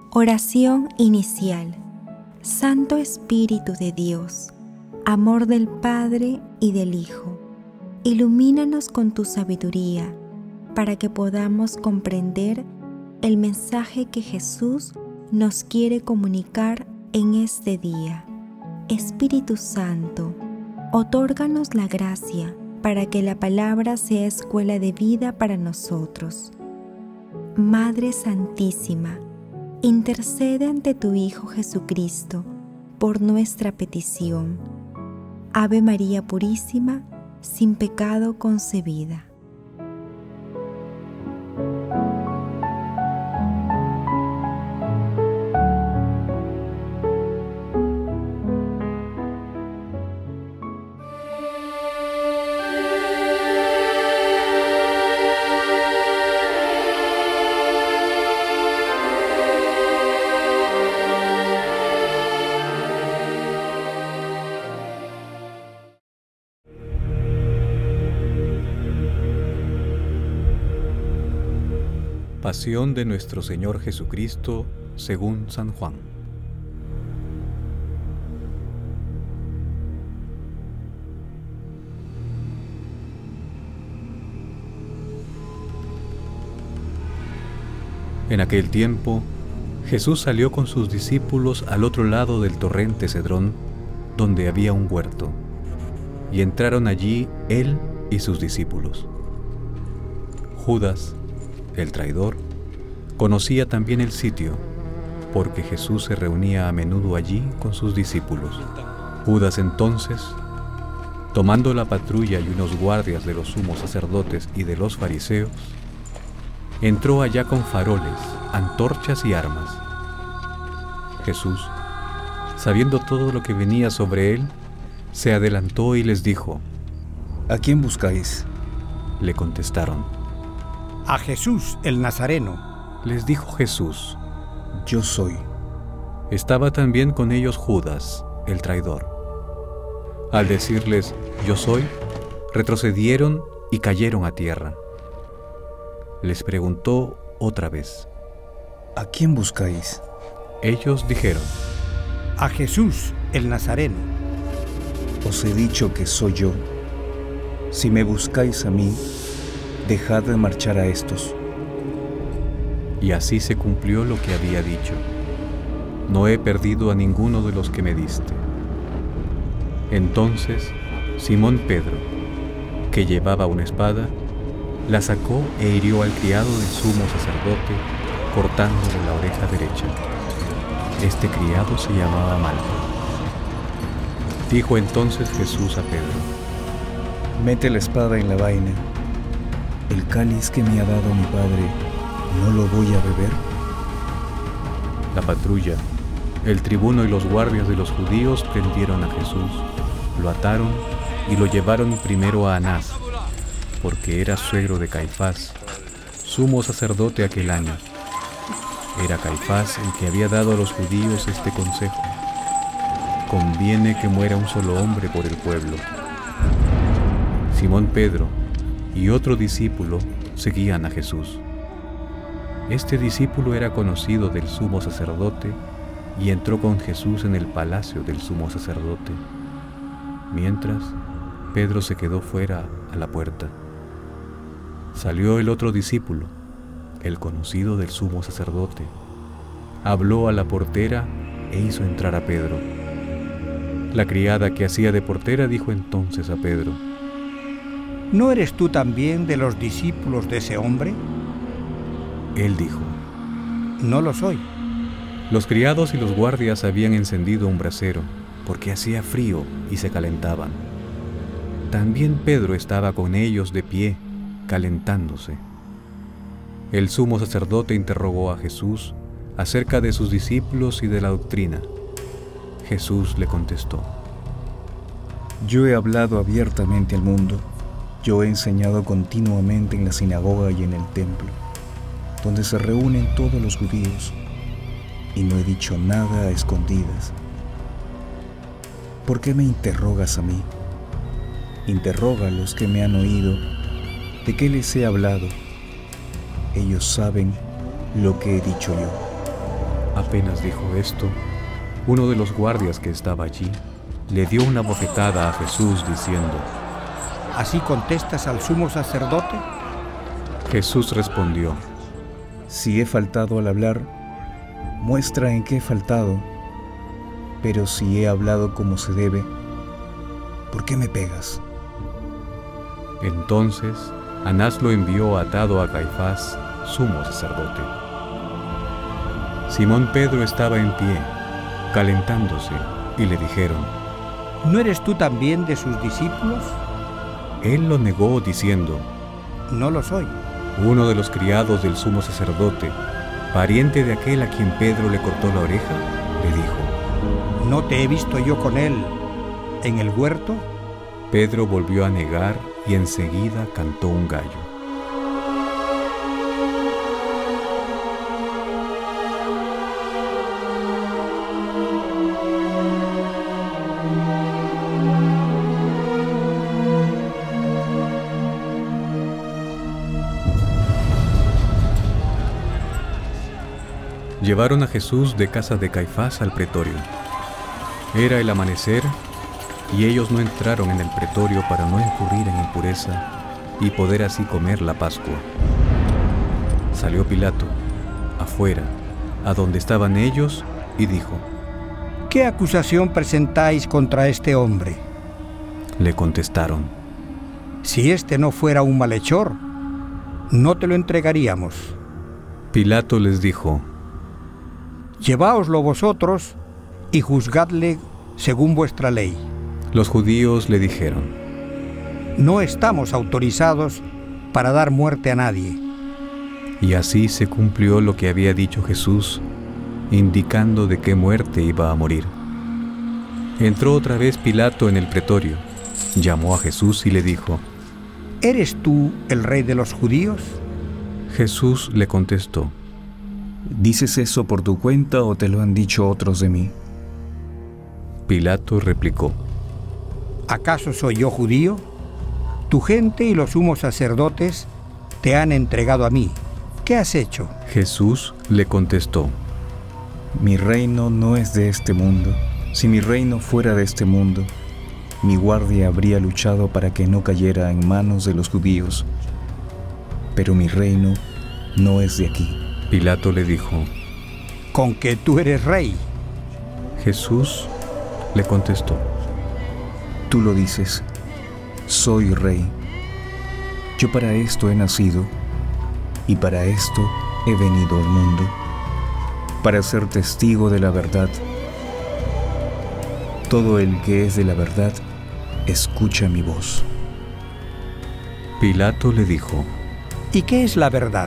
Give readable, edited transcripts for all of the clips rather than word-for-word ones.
Oración inicial. Santo Espíritu de Dios, amor del Padre y del Hijo, ilumínanos con tu sabiduría para que podamos comprender el mensaje que Jesús nos quiere comunicar en este día. Espíritu Santo, otórganos la gracia para que la palabra sea escuela de vida para nosotros. Madre Santísima, intercede ante tu Hijo Jesucristo por nuestra petición. Ave María Purísima, sin pecado concebida. Pasión de nuestro Señor Jesucristo según San Juan. En aquel tiempo, Jesús salió con sus discípulos al otro lado del torrente Cedrón, donde había un huerto, y entraron allí él y sus discípulos. Judas, el traidor, conocía también el sitio, porque Jesús se reunía a menudo allí con sus discípulos. Judas entonces, tomando la patrulla y unos guardias de los sumos sacerdotes y de los fariseos, entró allá con faroles, antorchas y armas. Jesús, sabiendo todo lo que venía sobre él, se adelantó y les dijo: ¿A quién buscáis? Le contestaron: a Jesús el Nazareno. Les dijo Jesús: Yo soy. Estaba también con ellos Judas, el traidor. Al decirles: Yo soy, retrocedieron y cayeron a tierra. Les preguntó otra vez: ¿A quién buscáis? Ellos dijeron: a Jesús el Nazareno. Os he dicho que soy yo. Si me buscáis a mí, dejad de marchar a estos. Y así se cumplió lo que había dicho: No he perdido a ninguno de los que me diste. Entonces Simón Pedro, que llevaba una espada, la sacó e hirió al criado del sumo sacerdote, cortándole la oreja derecha. Este criado se llamaba Malco. Dijo entonces Jesús a Pedro: Mete la espada en la vaina. ¿El cáliz que me ha dado mi Padre no lo voy a beber? La patrulla, el tribuno y los guardias de los judíos prendieron a Jesús, lo ataron y lo llevaron primero a Anás, porque era suegro de Caifás, sumo sacerdote aquel año. Era Caifás el que había dado a los judíos este consejo: conviene que muera un solo hombre por el pueblo. Simón Pedro y otro discípulo seguían a Jesús. Este discípulo era conocido del sumo sacerdote y entró con Jesús en el palacio del sumo sacerdote, mientras Pedro se quedó fuera a la puerta. Salió el otro discípulo, el conocido del sumo sacerdote, habló a la portera e hizo entrar a Pedro. La criada que hacía de portera dijo entonces a Pedro: ¿No eres tú también de los discípulos de ese hombre? Él dijo: No lo soy. Los criados y los guardias habían encendido un brasero, porque hacía frío y se calentaban. También Pedro estaba con ellos de pie, calentándose. El sumo sacerdote interrogó a Jesús acerca de sus discípulos y de la doctrina. Jesús le contestó: Yo he hablado abiertamente al mundo. Yo he enseñado continuamente en la sinagoga y en el templo, donde se reúnen todos los judíos, y no he dicho nada a escondidas. ¿Por qué me interrogas a mí? Interroga a los que me han oído. ¿De qué les he hablado? Ellos saben lo que he dicho yo. Apenas dijo esto, uno de los guardias que estaba allí le dio una bofetada a Jesús diciendo: ¿Así contestas al sumo sacerdote? Jesús respondió: Si he faltado al hablar, muestra en qué he faltado. Pero si he hablado como se debe, ¿por qué me pegas? Entonces Anás lo envió atado a Caifás, sumo sacerdote. Simón Pedro estaba en pie, calentándose, y le dijeron: ¿No eres tú también de sus discípulos? Él lo negó diciendo: No lo soy. Uno de los criados del sumo sacerdote, pariente de aquel a quien Pedro le cortó la oreja, le dijo: ¿No te he visto yo con él en el huerto? Pedro volvió a negar y enseguida cantó un gallo. Llevaron a Jesús de casa de Caifás al pretorio. Era el amanecer y ellos no entraron en el pretorio para no incurrir en impureza y poder así comer la Pascua. Salió Pilato, afuera, a donde estaban ellos, y dijo: ¿Qué acusación presentáis contra este hombre? Le contestaron: Si este no fuera un malhechor, no te lo entregaríamos. Pilato les dijo: Lleváoslo vosotros y juzgadle según vuestra ley. Los judíos le dijeron: No estamos autorizados para dar muerte a nadie. Y así se cumplió lo que había dicho Jesús, indicando de qué muerte iba a morir. Entró otra vez Pilato en el pretorio, llamó a Jesús y le dijo: ¿Eres tú el rey de los judíos? Jesús le contestó: ¿Dices eso por tu cuenta o te lo han dicho otros de mí? Pilato replicó: ¿Acaso soy yo judío? Tu gente y los sumos sacerdotes te han entregado a mí. ¿Qué has hecho? Jesús le contestó: Mi reino no es de este mundo. Si mi reino fuera de este mundo, mi guardia habría luchado para que no cayera en manos de los judíos. Pero mi reino no es de aquí. Pilato le dijo: ¿Con que tú eres rey? Jesús le contestó: Tú lo dices, soy rey. Yo para esto he nacido y para esto he venido al mundo, para ser testigo de la verdad. Todo el que es de la verdad, escucha mi voz. Pilato le dijo: ¿Y qué es la verdad?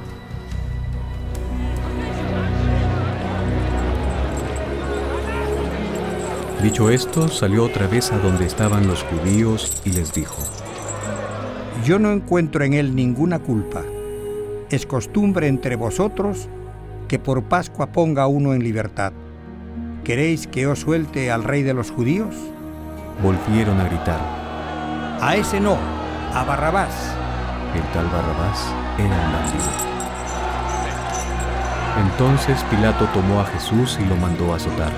Dicho esto, salió otra vez a donde estaban los judíos y les dijo: Yo no encuentro en él ninguna culpa. Es costumbre entre vosotros que por Pascua ponga a uno en libertad. ¿Queréis que os suelte al rey de los judíos? Volvieron a gritar: A ese no, a Barrabás. El tal Barrabás era un bandido. Entonces Pilato tomó a Jesús y lo mandó a azotar.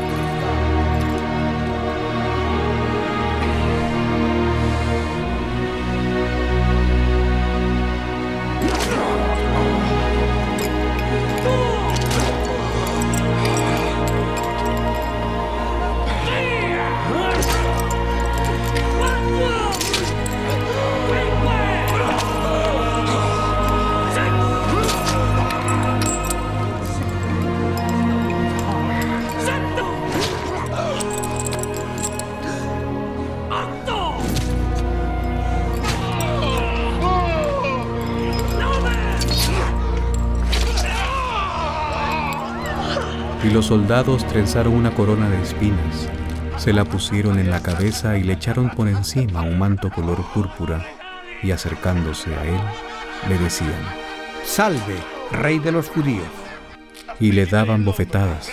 Y los soldados trenzaron una corona de espinas, se la pusieron en la cabeza y le echaron por encima un manto color púrpura, y acercándose a él, le decían: Salve, rey de los judíos. Y le daban bofetadas.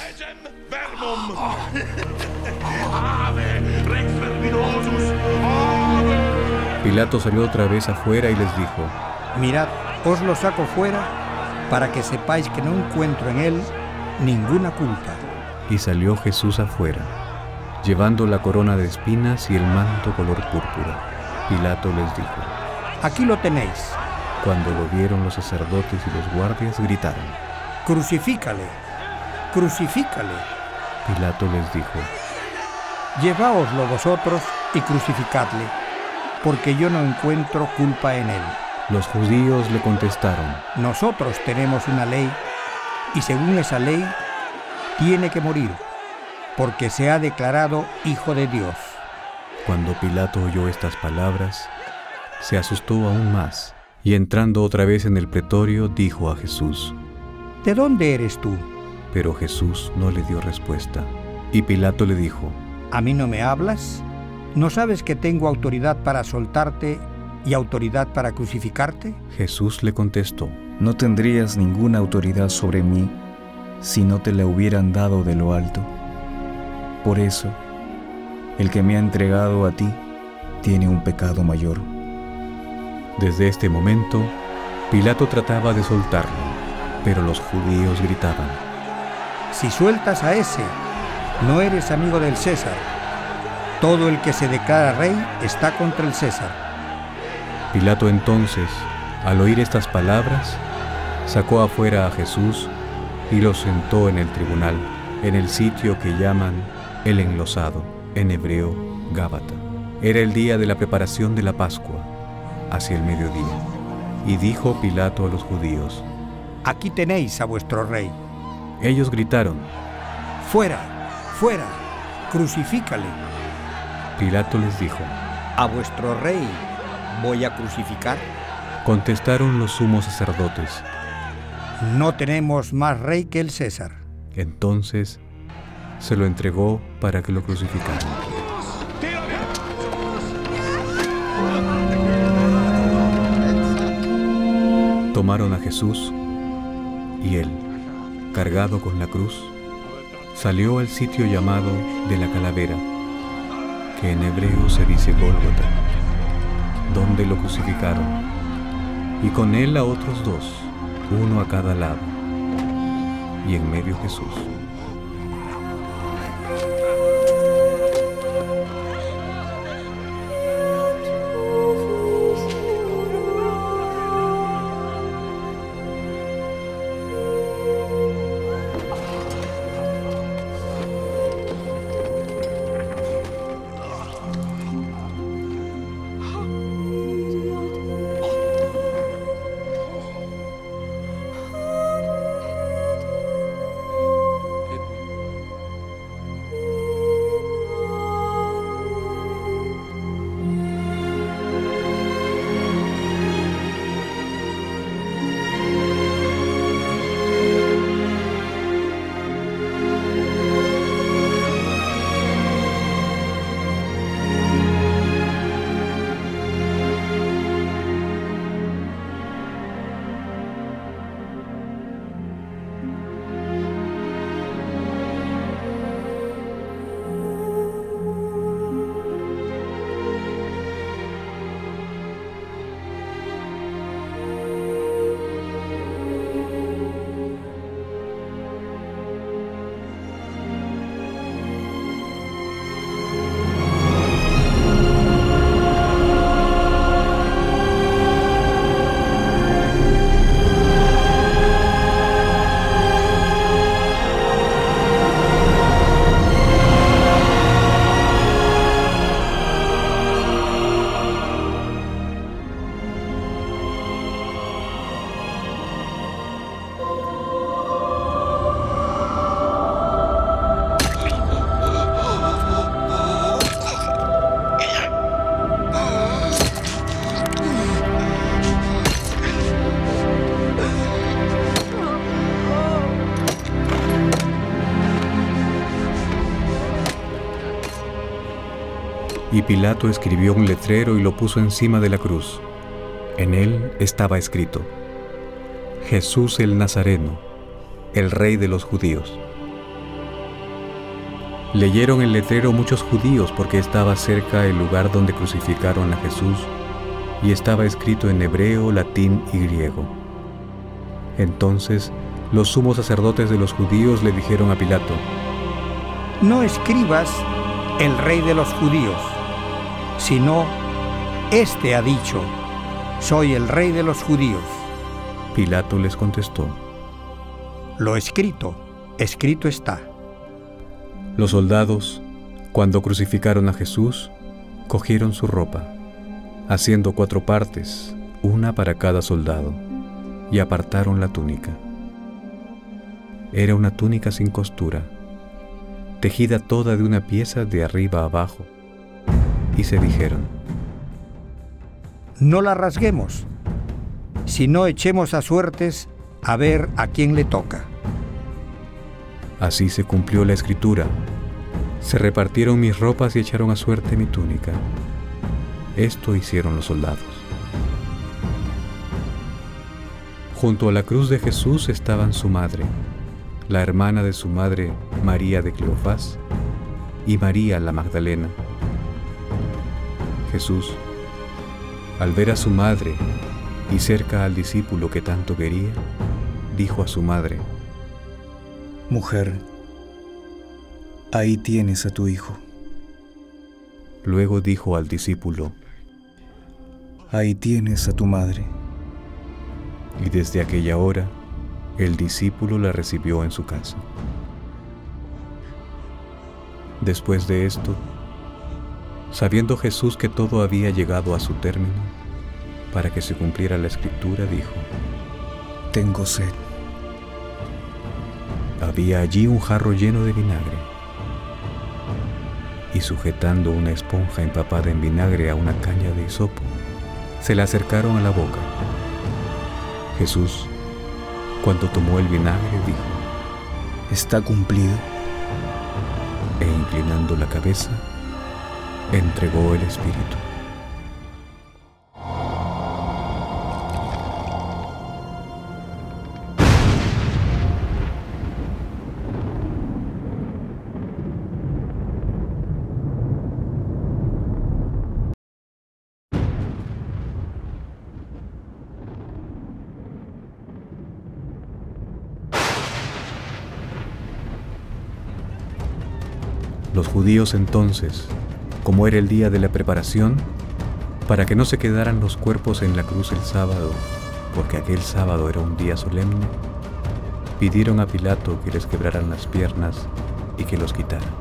Pilato salió otra vez afuera y les dijo: Mirad, os lo saco fuera para que sepáis que no encuentro en él ninguna culpa. Y salió Jesús afuera, llevando la corona de espinas y el manto color púrpura. Pilato les dijo: Aquí lo tenéis. Cuando lo vieron los sacerdotes y los guardias gritaron: Crucifícale, crucifícale. Pilato les dijo: Lleváoslo vosotros y crucificadle, porque yo no encuentro culpa en él. Los judíos le contestaron: Nosotros tenemos una ley, y según esa ley, tiene que morir, porque se ha declarado Hijo de Dios. Cuando Pilato oyó estas palabras, se asustó aún más, y entrando otra vez en el pretorio, dijo a Jesús: ¿De dónde eres tú? Pero Jesús no le dio respuesta. Y Pilato le dijo: ¿A mí no me hablas? ¿No sabes que tengo autoridad para soltarte y autoridad para crucificarte? Jesús le contestó: No tendrías ninguna autoridad sobre mí si no te la hubieran dado de lo alto. Por eso, el que me ha entregado a ti tiene un pecado mayor. Desde este momento, Pilato trataba de soltarlo, pero los judíos gritaban: Si sueltas a ese, no eres amigo del César. Todo el que se declara rey está contra el César. Pilato entonces, al oír estas palabras, sacó afuera a Jesús y lo sentó en el tribunal, en el sitio que llaman el Enlosado, en hebreo Gábata. Era el día de la preparación de la Pascua, hacia el mediodía. Y dijo Pilato a los judíos: Aquí tenéis a vuestro rey. Ellos gritaron: ¡Fuera! ¡Fuera! ¡Crucifícale! Pilato les dijo: ¿A vuestro rey voy a crucificar? Contestaron los sumos sacerdotes: No tenemos más rey que el César. Entonces se lo entregó para que lo crucificaran. Tomaron a Jesús y él, cargado con la cruz, salió al sitio llamado de la Calavera, que en hebreo se dice Gólgota, donde lo crucificaron, y con él a otros dos, uno a cada lado, y en medio Jesús. Y Pilato escribió un letrero y lo puso encima de la cruz. En él estaba escrito: Jesús el Nazareno, el Rey de los Judíos. Leyeron el letrero muchos judíos porque estaba cerca el lugar donde crucificaron a Jesús y estaba escrito en hebreo, latín y griego. Entonces Los sumos sacerdotes de los judíos le dijeron a Pilato: No escribas el rey de los judíos, sino este ha dicho: soy el rey de los judíos. Pilato les contestó: Lo escrito, escrito está. Los soldados, cuando crucificaron a Jesús, cogieron su ropa, haciendo 4 partes, una para cada soldado, y apartaron la túnica. Era una túnica sin costura, tejida toda de una pieza de arriba a abajo, y se dijeron: No la rasguemos, sino echemos a suertes a ver a quién le toca. Así se cumplió la escritura: se repartieron mis ropas y echaron a suerte mi túnica. Esto hicieron los soldados. Junto a la cruz de Jesús estaban su madre, la hermana de su madre María de Cleofás y María la Magdalena. Jesús, al ver a su madre y cerca al discípulo que tanto quería, dijo a su madre: Mujer, ahí tienes a tu hijo. Luego dijo al discípulo: Ahí tienes a tu madre. Y desde aquella hora, el discípulo la recibió en su casa. Después de esto, sabiendo Jesús que todo había llegado a su término, para que se cumpliera la escritura, dijo: Tengo sed. Había allí un jarro lleno de vinagre, y sujetando una esponja empapada en vinagre a una caña de hisopo, se la acercaron a la boca. Jesús, cuando tomó el vinagre, dijo: Está cumplido. E inclinando la cabeza, entregó el espíritu. Los judíos entonces, como era el día de la preparación, para que no se quedaran los cuerpos en la cruz el sábado, porque aquel sábado era un día solemne, pidieron a Pilato que les quebraran las piernas y que los quitaran.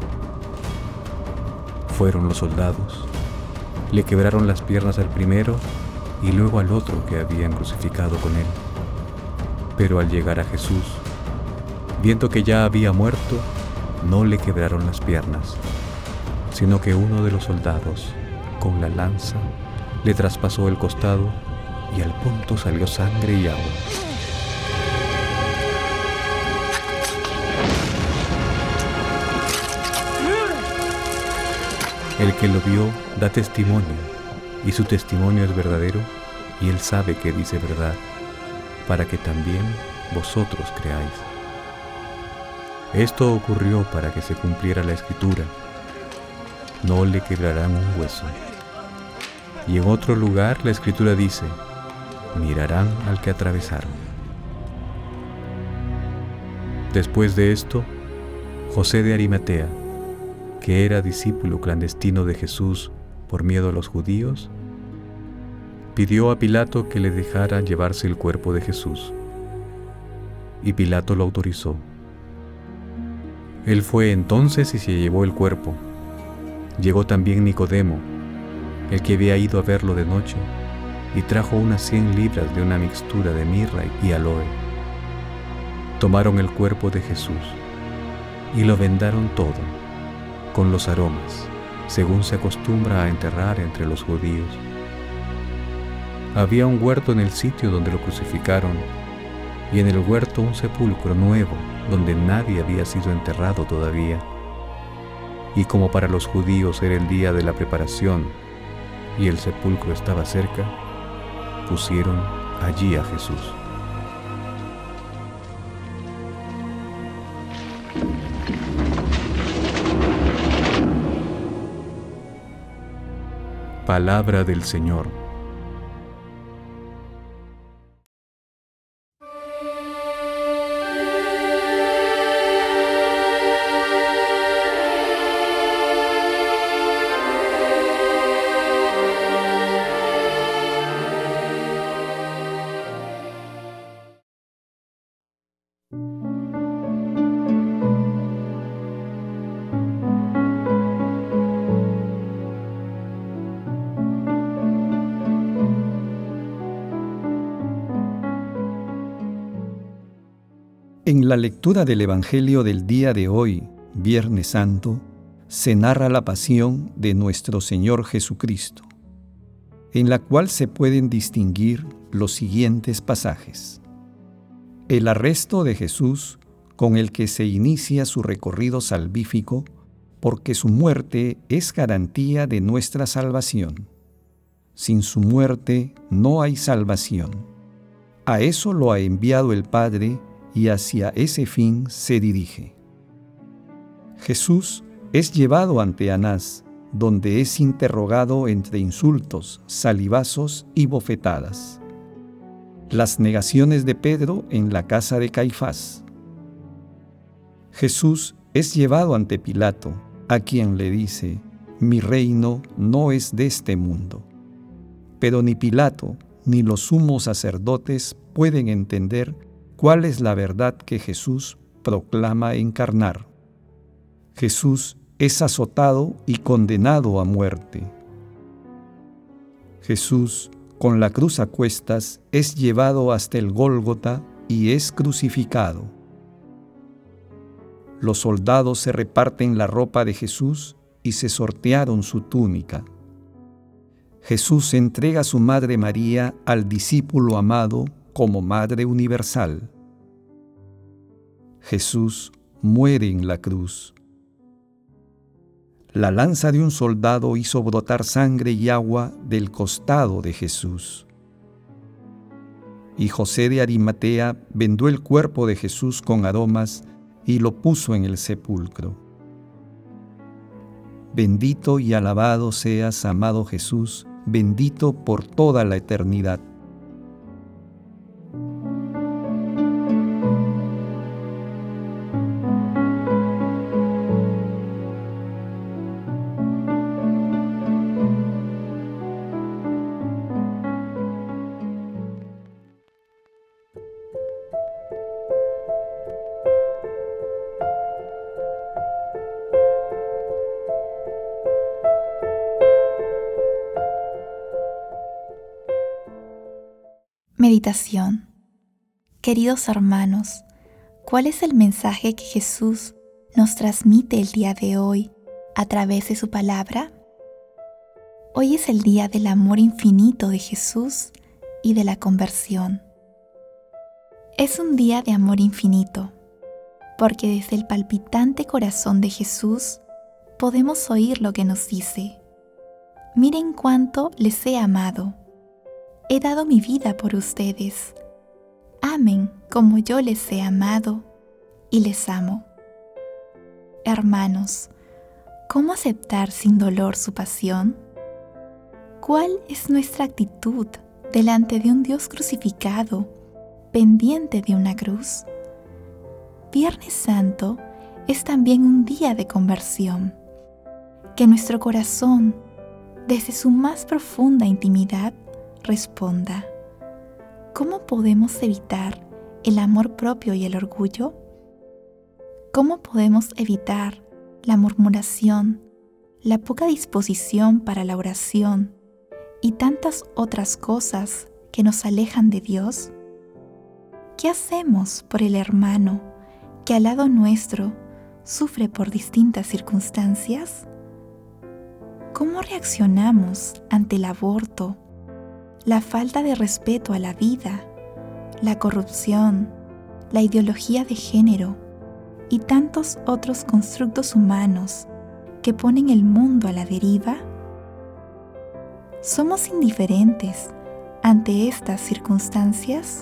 Fueron los soldados, le quebraron las piernas al primero y luego al otro que habían crucificado con él. Pero al llegar a Jesús, viendo que ya había muerto, no le quebraron las piernas, sino que uno de los soldados, con la lanza, le traspasó el costado y al punto salió sangre y agua. El que lo vio da testimonio, y su testimonio es verdadero, y él sabe que dice verdad, para que también vosotros creáis. Esto ocurrió para que se cumpliera la escritura: no le quebrarán un hueso. Y en otro lugar la escritura dice: mirarán al que atravesaron. Después de esto, José de Arimatea, que era discípulo clandestino de Jesús por miedo a los judíos, pidió a Pilato que le dejara llevarse el cuerpo de Jesús. Y Pilato lo autorizó. Él fue entonces y se llevó el cuerpo. Llegó también Nicodemo, el que había ido a verlo de noche, y trajo unas 100 libras de una mixtura de mirra y aloe. Tomaron el cuerpo de Jesús y lo vendaron todo, con los aromas, según se acostumbra a enterrar entre los judíos. Había un huerto en el sitio donde lo crucificaron, y en el huerto un sepulcro nuevo, donde nadie había sido enterrado todavía. Y como para los judíos era el día de la preparación, y el sepulcro estaba cerca, pusieron allí a Jesús. Palabra del Señor. En la lectura del Evangelio del día de hoy, Viernes Santo, se narra la pasión de nuestro Señor Jesucristo, en la cual se pueden distinguir los siguientes pasajes. El arresto de Jesús, con el que se inicia su recorrido salvífico, porque su muerte es garantía de nuestra salvación. Sin su muerte no hay salvación. A eso lo ha enviado el Padre y hacia ese fin se dirige. Jesús es llevado ante Anás, donde es interrogado entre insultos, salivazos y bofetadas. Las negaciones de Pedro en la casa de Caifás. Jesús es llevado ante Pilato, a quien le dice: «Mi reino no es de este mundo». Pero ni Pilato ni los sumos sacerdotes pueden entender cuál es la verdad que Jesús proclama encarnar. Jesús es azotado y condenado a muerte. Jesús, con la cruz a cuestas, es llevado hasta el Gólgota y es crucificado. Los soldados se reparten la ropa de Jesús y se sortearon su túnica. Jesús entrega a su Madre María al discípulo amado como Madre universal. Jesús muere en la cruz. La lanza de un soldado hizo brotar sangre y agua del costado de Jesús. Y José de Arimatea vendó el cuerpo de Jesús con aromas y lo puso en el sepulcro. Bendito y alabado seas, amado Jesús, bendito por toda la eternidad. Meditación. Queridos hermanos, ¿cuál es el mensaje que Jesús nos transmite el día de hoy a través de su palabra? Hoy es el día del amor infinito de Jesús y de la conversión. Es un día de amor infinito, porque desde el palpitante corazón de Jesús podemos oír lo que nos dice: miren cuánto les he amado. He dado mi vida por ustedes. Amen como yo les he amado y les amo. Hermanos, ¿cómo aceptar sin dolor su pasión? ¿Cuál es nuestra actitud delante de un Dios crucificado, pendiente de una cruz? Viernes Santo es también un día de conversión. Que nuestro corazón, desde su más profunda intimidad, responda: ¿cómo podemos evitar el amor propio y el orgullo? ¿Cómo podemos evitar la murmuración, la poca disposición para la oración y tantas otras cosas que nos alejan de Dios? ¿Qué hacemos por el hermano que al lado nuestro sufre por distintas circunstancias? ¿Cómo reaccionamos ante el aborto, la falta de respeto a la vida, la corrupción, la ideología de género y tantos otros constructos humanos que ponen el mundo a la deriva? ¿Somos indiferentes ante estas circunstancias?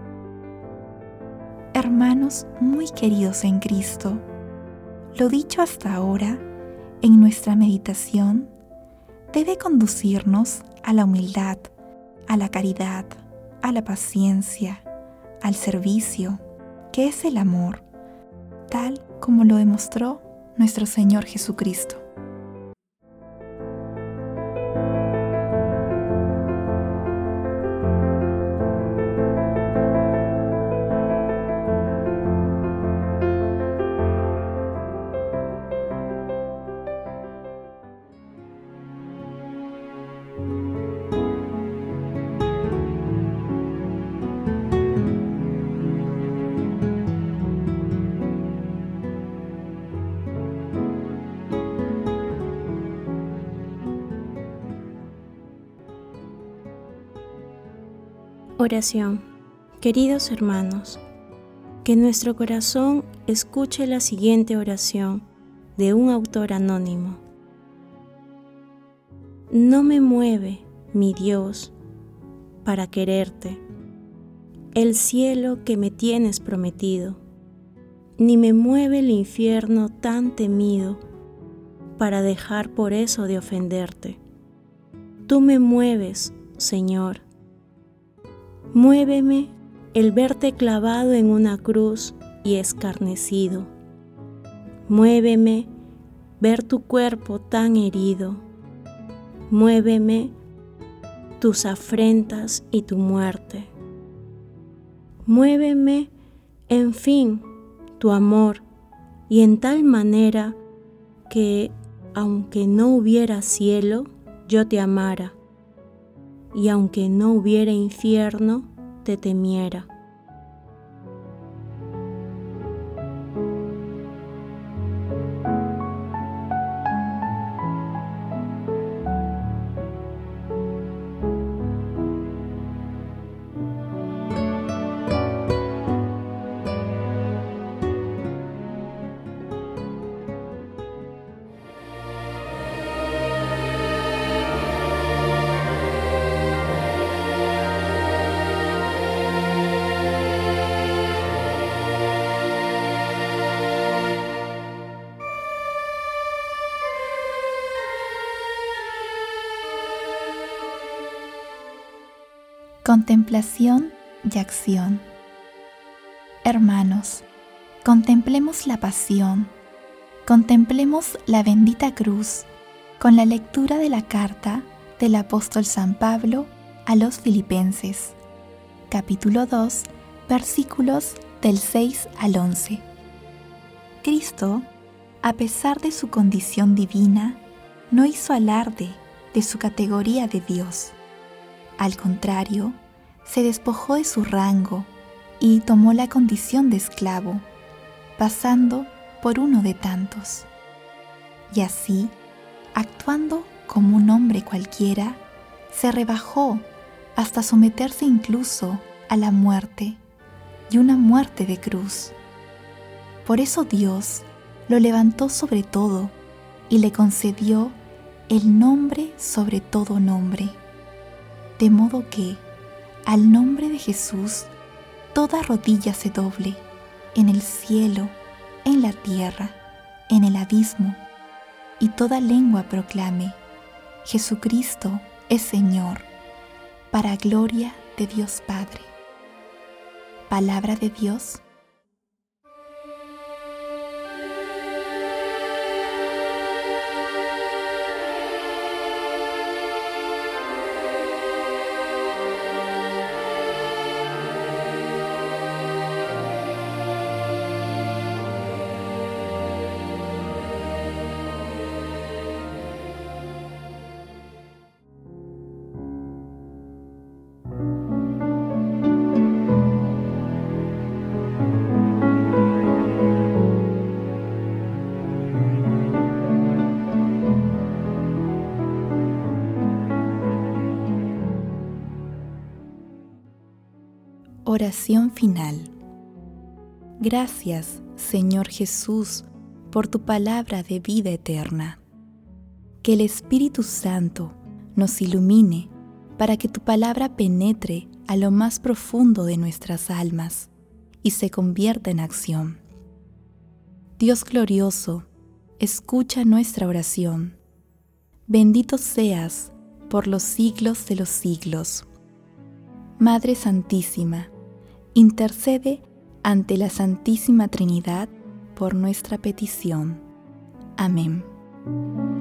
Hermanos muy queridos en Cristo, lo dicho hasta ahora en nuestra meditación debe conducirnos a la humildad, a la caridad, a la paciencia, al servicio, que es el amor, tal como lo demostró nuestro Señor Jesucristo. Oración. Queridos hermanos, que nuestro corazón escuche la siguiente oración de un autor anónimo. No me mueve, mi Dios, para quererte, el cielo que me tienes prometido, ni me mueve el infierno tan temido para dejar por eso de ofenderte. Tú me mueves, Señor. Muéveme el verte clavado en una cruz y escarnecido. Muéveme ver tu cuerpo tan herido. Muéveme tus afrentas y tu muerte. Muéveme, en fin, tu amor, y en tal manera que, aunque no hubiera cielo, yo te amara, y aunque no hubiera infierno, te temiera. Contemplación y acción. Hermanos, contemplemos la pasión, contemplemos la bendita cruz con la lectura de la carta del apóstol San Pablo a los Filipenses, capítulo 2, versículos del 6 al 11. Cristo, a pesar de su condición divina, no hizo alarde de su categoría de Dios. Al contrario, se despojó de su rango y tomó la condición de esclavo, pasando por uno de tantos. Y así, actuando como un hombre cualquiera, se rebajó hasta someterse incluso a la muerte, y una muerte de cruz. Por eso Dios lo levantó sobre todo y le concedió el nombre sobre todo nombre. De modo que, al nombre de Jesús, toda rodilla se doble, en el cielo, en la tierra, en el abismo, y toda lengua proclame: Jesucristo es Señor, para gloria de Dios Padre. Palabra de Dios. Oración final. Gracias, Señor Jesús, por tu palabra de vida eterna. Que el Espíritu Santo nos ilumine para que tu palabra penetre a lo más profundo de nuestras almas y se convierta en acción. Dios glorioso, escucha nuestra oración. Bendito seas por los siglos de los siglos. Madre Santísima, intercede ante la Santísima Trinidad por nuestra petición. Amén.